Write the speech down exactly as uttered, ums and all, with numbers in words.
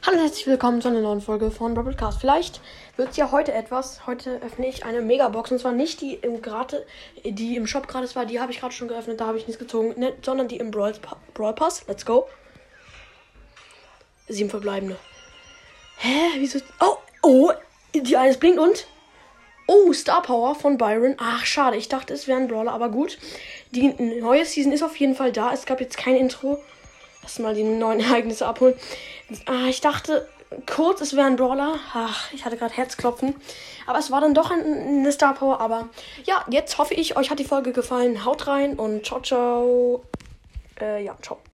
Hallo und herzlich willkommen zu einer neuen Folge von Broadcast. Vielleicht wird es ja heute etwas. Heute öffne ich eine Megabox. Und zwar nicht die im Grate, die im Shop gratis war. Die habe ich gerade schon geöffnet. Da habe ich nichts gezogen. Ne, sondern die im Brawl, Brawl Pass. Let's go. Sieben verbleibende. Hä? Wieso? Oh, oh. Die eines blinkt und... Oh, Star Power von Byron. Ach, schade. Ich dachte, es wäre ein Brawler, aber gut. Die neue Season ist auf jeden Fall da. Es gab jetzt kein Intro. Lass mal die neuen Ereignisse abholen. Ah, ich dachte kurz, es wäre ein Brawler. Ach, ich hatte gerade Herzklopfen. Aber es war dann doch ein, eine Star Power. Aber ja, jetzt hoffe ich, euch hat die Folge gefallen. Haut rein und ciao, ciao. Äh, ja, ciao.